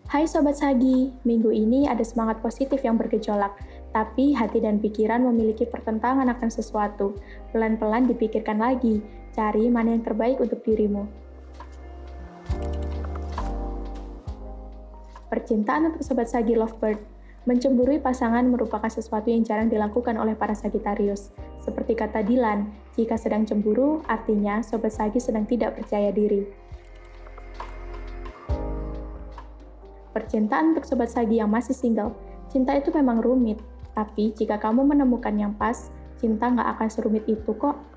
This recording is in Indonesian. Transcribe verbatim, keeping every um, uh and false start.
Hai Sobat Sagi, minggu ini ada semangat positif yang bergejolak, tapi hati dan pikiran memiliki pertentangan akan sesuatu. Pelan-pelan dipikirkan lagi, cari mana yang terbaik untuk dirimu. Percintaan untuk Sobat Sagi Lovebird. Mencemburui pasangan merupakan sesuatu yang jarang dilakukan oleh para Sagittarius. Seperti kata Dilan, jika sedang cemburu, artinya Sobat Sagi sedang tidak percaya diri. Percintaan untuk Sobat Sagi yang masih single. Cinta itu memang rumit, tapi jika kamu menemukan yang pas, cinta nggak akan serumit itu kok.